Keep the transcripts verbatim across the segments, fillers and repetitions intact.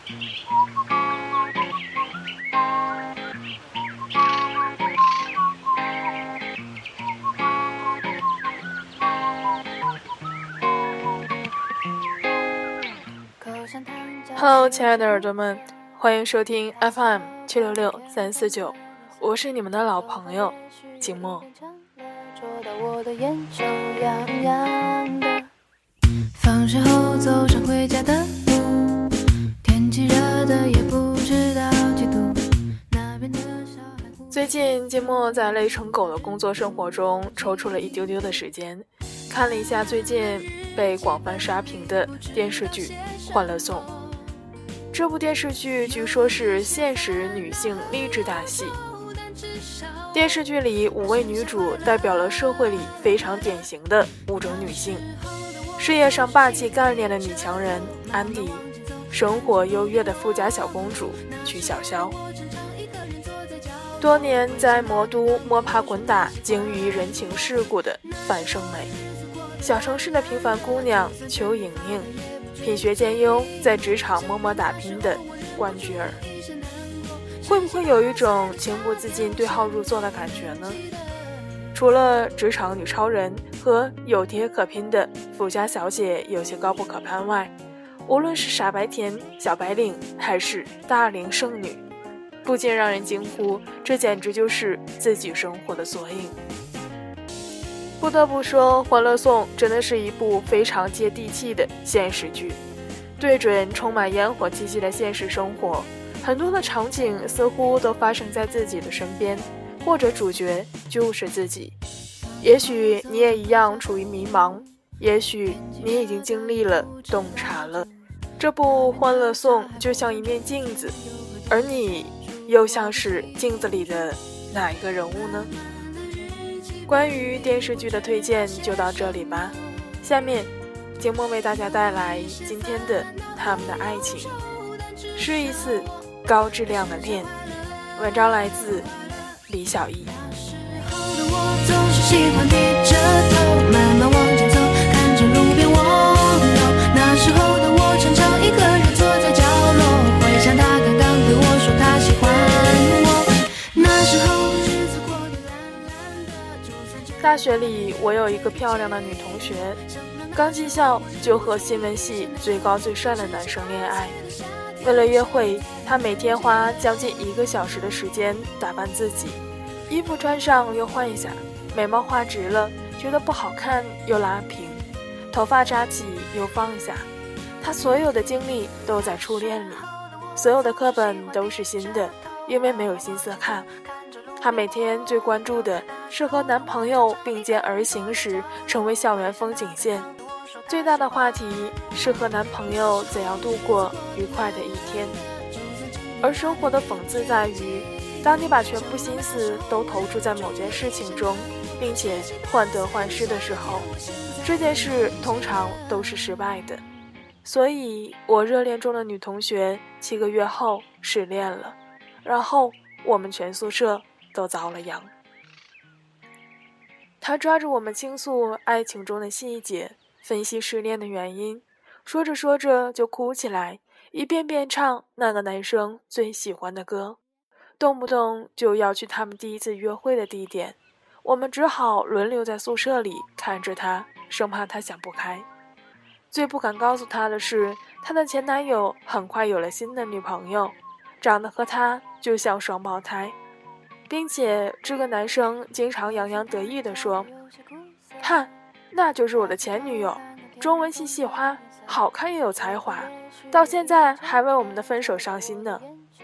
Hello， 亲爱的耳朵们，欢迎收听 F M 七六六三四九，我是你们的老朋友景墨。放学后走上回家的路，天气热的也不知道几度。最近景墨在累成狗的工作生活中抽出了一丢丢的时间，看了一下最近被广泛刷屏的电视剧《欢乐颂》。这部电视剧据说是现实女性励志大戏。电视剧里五位女主代表了社会里非常典型的五种女性：事业上霸气干练的女强人安迪，生活优越的富家小公主曲筱绡，多年在魔都摸爬滚打精于人情世故的樊胜美，小城市的平凡姑娘邱莹莹，品学兼优在职场默默打拼的关雎尔。会不会有一种情不自禁对号入座的感觉呢？除了职场女超人和有爹可拼的富家小姐有些高不可攀外，无论是傻白甜、小白领还是大龄剩女，不禁让人惊呼，这简直就是自己生活的缩影。不得不说，《欢乐颂》真的是一部非常接地气的现实剧，对准充满烟火气息的现实生活，很多的场景似乎都发生在自己的身边，或者主角就是自己。也许你也一样处于迷茫，也许你已经经历了洞察了。这部《欢乐颂》就像一面镜子，而你又像是镜子里的哪一个人物呢？关于电视剧的推荐就到这里吧，下面景墨为大家带来今天的他们的爱情是一次高质量的恋。文章来自李小艺。我总是喜欢低着头慢慢往前走，看着路边蜗牛，那时候的我常常一个人坐在角落，回想他刚刚对我说他喜欢我，那时候日子过得懒懒的。大学里我有一个漂亮的女同学，刚进校就和新闻系最高最帅的男生恋爱。为了约会，她每天花将近一个小时的时间打扮自己，衣服穿上又换一下，眉毛画直了觉得不好看又拉平，头发扎起又放下。她所有的精力都在初恋里，所有的课本都是新的，因为没有心思看。她每天最关注的是和男朋友并肩而行时成为校园风景线，最大的话题是和男朋友怎样度过愉快的一天。而生活的讽刺在于，当你把全部心思都投注在某件事情中，并且患得患失的时候，这件事通常都是失败的。所以我热恋中的女同学七个月后失恋了，然后我们全宿舍都遭了殃。她抓着我们倾诉爱情中的细节，分析失恋的原因，说着说着就哭起来，一遍遍唱那个男生最喜欢的歌，动不动就要去他们第一次约会的地点。我们只好轮流在宿舍里看着他，生怕他想不开。最不敢告诉他的是，他的前男友很快有了新的女朋友，长得和他就像双胞胎，并且这个男生经常洋洋得意地说，看，那就是我的前女友，中文系系花，好看也有才华，到现在还为我们的分手伤心呢。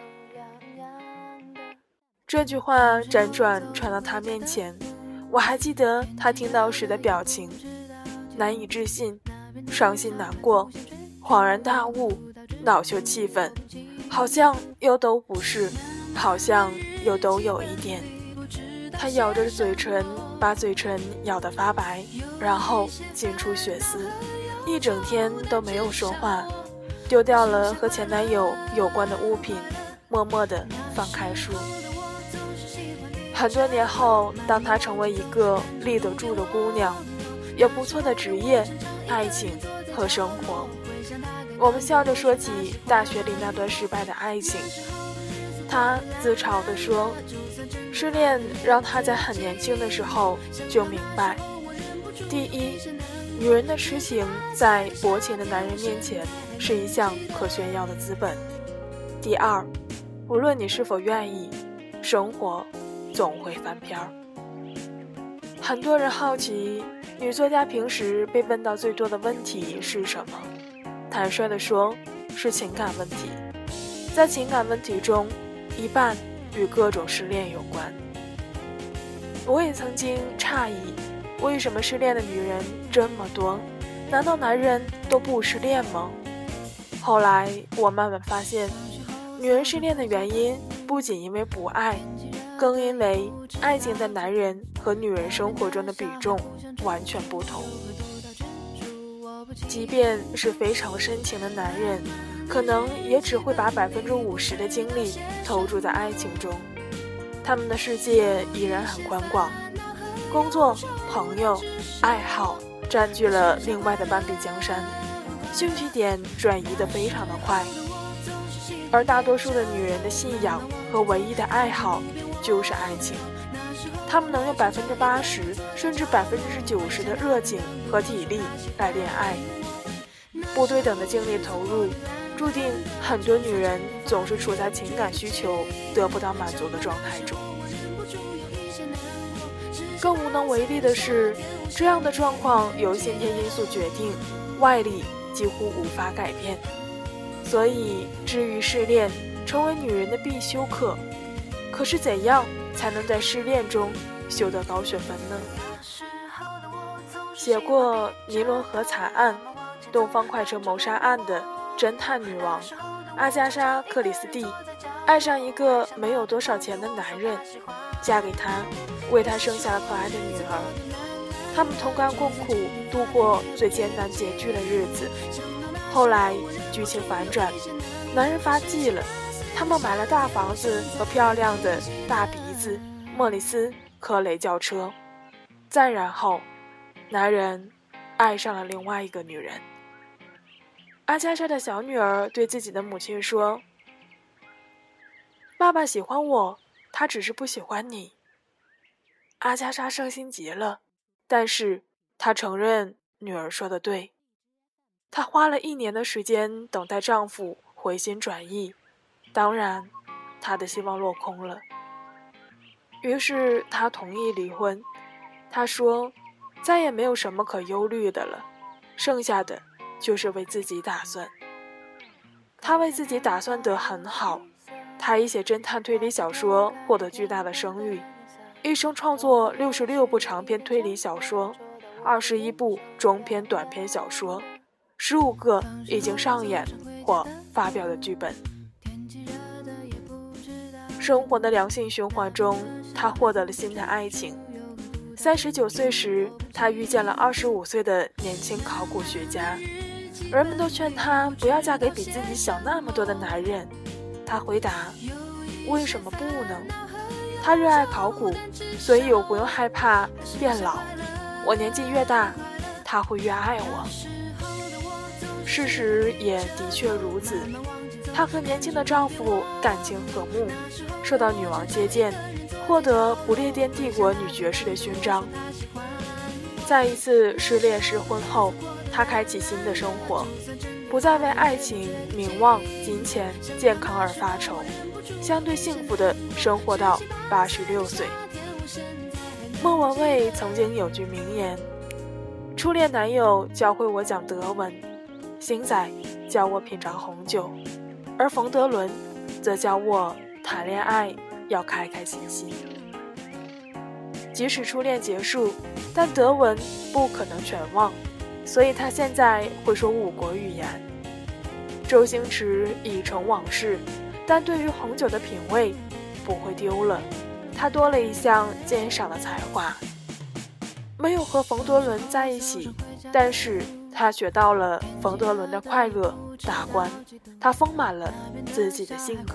这句话辗转传到他面前，我还记得他听到时的表情，难以置信，伤心难过，恍然大悟，恼羞气愤，好像又都不是，好像又都有一点。他咬着嘴唇，把嘴唇咬得发白，然后沁出血丝，一整天都没有说话，丢掉了和前男友有关的物品，默默地放开书。很多年后，当她成为一个立得住的姑娘，有不错的职业、爱情和生活， 我们笑着说起大学里那段失败的爱情，他自嘲地说，失恋让他在很年轻的时候就明白，第一，女人的痴情在薄情的男人面前是一项可炫耀的资本；第二，无论你是否愿意，生活总会翻篇儿。很多人好奇女作家平时被问到最多的问题是什么，坦率地说，是情感问题。在情感问题中，一半与各种失恋有关。我也曾经诧异，为什么失恋的女人这么多？难道男人都不失恋吗？后来我慢慢发现，女人失恋的原因不仅因为不爱，更因为爱情在男人和女人生活中的比重完全不同。即便是非常深情的男人，可能也只会把百分之五十的精力投注在爱情中，他们的世界依然很宽广，工作、朋友、爱好占据了另外的半壁江山，兴趣点转移得非常的快。而大多数的女人的信仰和唯一的爱好就是爱情，她们能用百分之八十甚至百分之九十的热情和体力来恋爱。不对等的精力投入，注定很多女人总是处在情感需求得不到满足的状态中。更无能为力的是，这样的状况由先天因素决定，外力几乎无法改变。所以治愈失恋成为女人的必修课。可是怎样才能在失恋中修得高学分呢？写过尼罗河惨案、东方快车谋杀案的侦探女王阿加莎·克里斯蒂爱上一个没有多少钱的男人，嫁给他，为他生下了可爱的女儿。他们同甘共苦，度过最艰难拮据的日子。后来剧情反转，男人发迹了，他们买了大房子和漂亮的大鼻子莫里斯科雷轿车。再然后，男人爱上了另外一个女人。阿加莎的小女儿对自己的母亲说，爸爸喜欢我，他只是不喜欢你。阿加莎伤心极了，但是她承认女儿说的对。她花了一年的时间等待丈夫回心转意，当然她的希望落空了。于是她同意离婚。她说，再也没有什么可忧虑的了，剩下的就是为自己打算。她为自己打算得很好，她以写侦探推理小说获得巨大的声誉，一生创作六十六部长篇推理小说，二十一部中篇短篇小说，十五个已经上演或发表的剧本。生活的良性循环中，她获得了新的爱情。三十九岁时，她遇见了二十五岁的年轻考古学家。人们都劝她不要嫁给比自己小那么多的男人。她回答，为什么不呢？她热爱考古，所以我不用害怕变老。我年纪越大，他会越爱我。事实也的确如此，她和年轻的丈夫感情和睦，受到女王接见，获得不列颠帝国女爵士的勋章。在一次失恋失婚后，她开启新的生活，不再为爱情、名望、金钱、健康而发愁，相对幸福地生活到八十六岁。莫文蔚曾经有句名言，初恋男友教会我讲德文，星仔教我品尝红酒，而冯德伦则教我谈恋爱要开开心心。即使初恋结束，但德文不可能全忘，所以他现在会说五国语言。周星驰已成往事，但对于红酒的品味不会丢了，他多了一项鉴赏的才华。没有和冯德伦在一起，但是他学到了冯德伦的快乐大观，他丰满了自己的性格。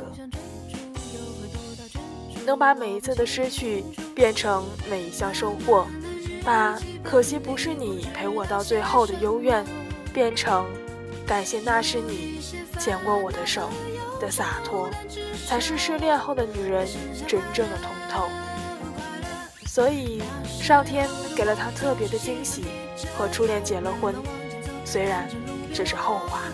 能把每一次的失去变成每一项收获，把可惜不是你陪我到最后的幽怨变成感谢那是你牵过我的手的洒脱，才是失恋后的女人真正的通透。所以上天给了她特别的惊喜，和初恋结了婚，虽然只是后话。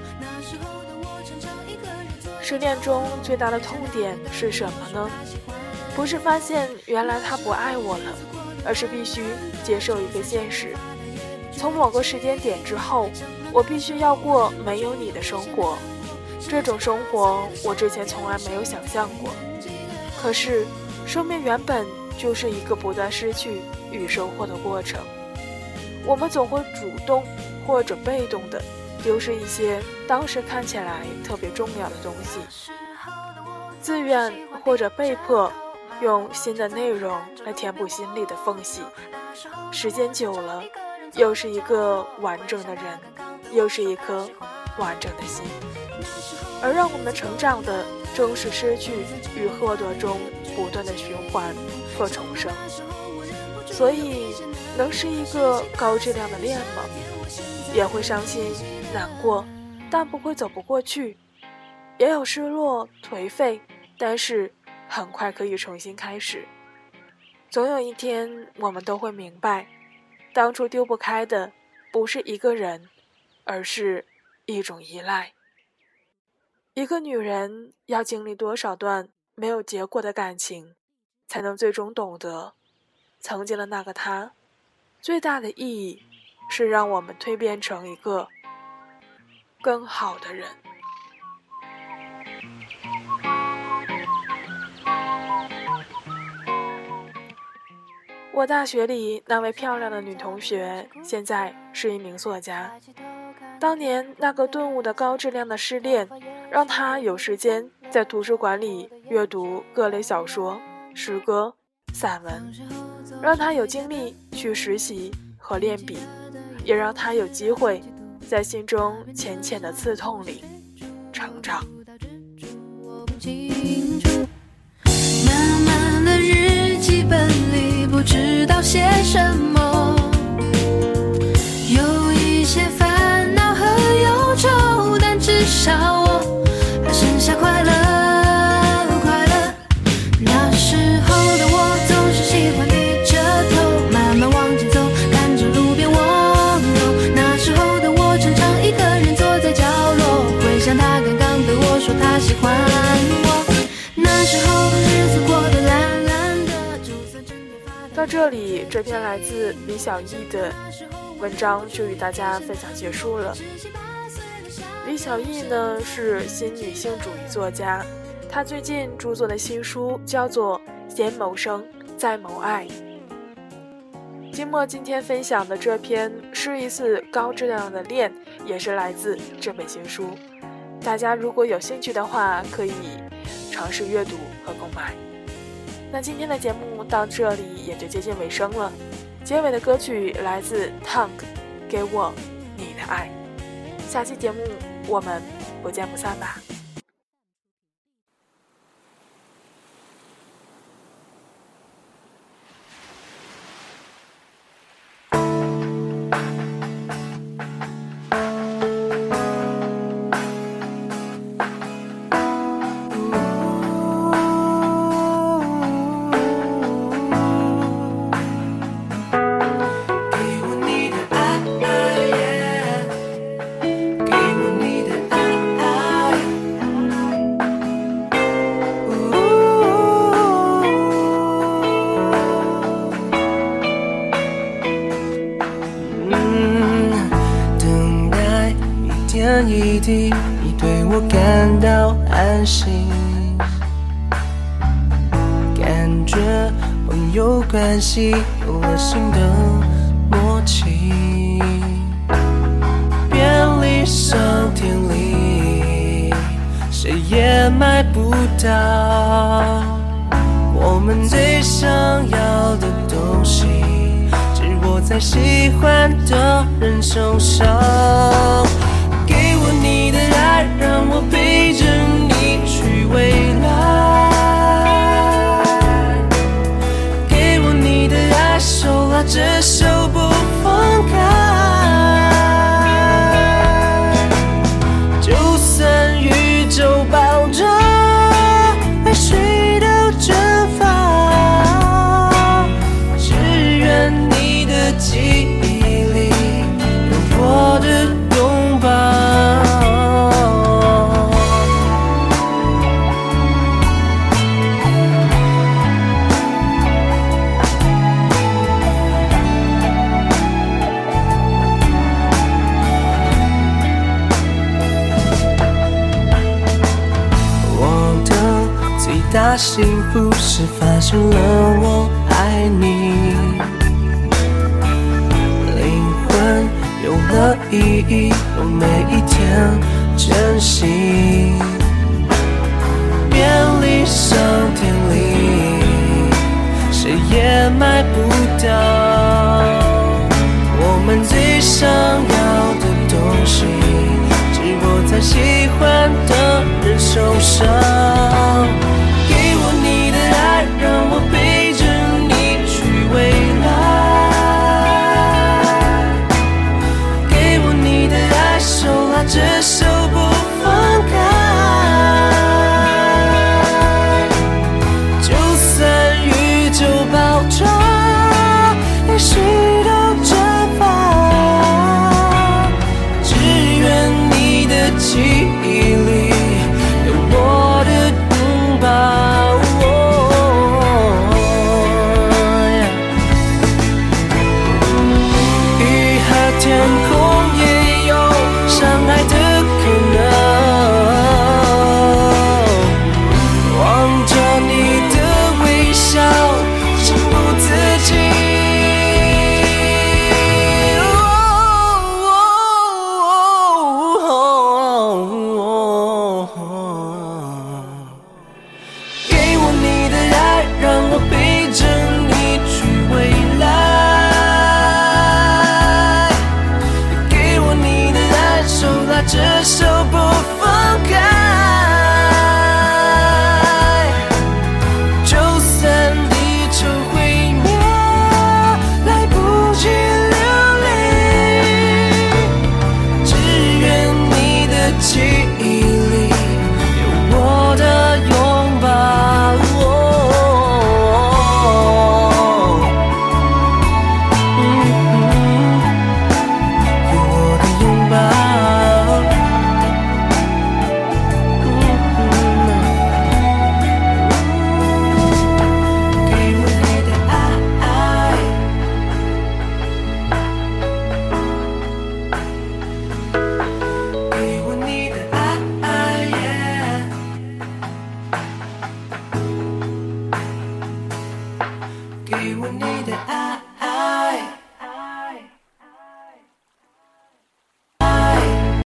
失恋中最大的痛点是什么呢？不是发现原来他不爱我了，而是必须接受一个现实，从某个时间点之后，我必须要过没有你的生活。这种生活我之前从来没有想象过，可是生命原本就是一个不断失去与收获的过程，我们总会主动或者被动的丢失一些当时看起来特别重要的东西，自愿或者被迫用新的内容来填补心里的缝隙。时间久了，又是一个完整的人，又是一颗完整的心。而让我们成长的正是失去与获得中不断的循环和重生。所以能是一个高质量的恋吗？也会伤心难过，但不会走不过去，也有失落颓废，但是很快可以重新开始。总有一天我们都会明白，当初丢不开的不是一个人，而是一种依赖。一个女人要经历多少段没有结果的感情，才能最终懂得曾经的那个她最大的意义是让我们蜕变成一个更好的人。我大学里那位漂亮的女同学现在是一名作家，当年那个顿悟的高质量的失恋，让她有时间在图书馆里阅读各类小说、诗歌、散文，让她有精力去实习和练笔，也让她有机会在心中浅浅的刺痛里成长。 满满的日记本里不知道写什么，有一些烦恼和忧愁，但至少我还剩下快乐快乐。那时候的我总是喜欢低着头慢慢往前走，看着路边蜗牛。那时候的我常常一个人坐在角落，回想他刚刚对我说他喜欢我。那时候的日子过得蓝蓝的，就算整天发呆。 到这里，这篇来自李小艺的文章就与大家分享结束了。李小艺呢是新女性主义作家，她最近著作的新书叫做《先谋生再谋爱》。金墨今天分享的这篇是一次高质量的恋，也是来自这本新书。大家如果有兴趣的话，可以尝试阅读和购买。那今天的节目到这里也就接近尾声了，结尾的歌曲来自 Tank 给我你的爱。下期节目我们不见不散吧。 一滴，你对我感到安心，感觉朋友关系有了新的默契，便利商店里谁也买不到我们最想要的东西，只握在喜欢的人手上。给我你的爱，让我陪着你去未来。给我你的爱，手拉着手不放开。 怕幸福是发现了我爱你，灵魂有了意义，我每一天珍惜。便利商店里，谁也买不到我们最想要的东西，只握在喜欢的人手上。给我你的爱，让我陪着你去未来。给我你的爱，手拉着手不放开。就算宇宙爆炸，也谁都蒸发。只愿你的记忆里有我的拥抱。雨和天空也有相爱的可能。望着你的微笑，情不自禁。给我你的爱，让我陪着你去未来。给我你的爱，手拉着手不放开。就算地球毁灭，来不及流泪。只愿你的记忆里有我的拥抱。有我的拥抱。给我你的爱，给我你的爱，给我你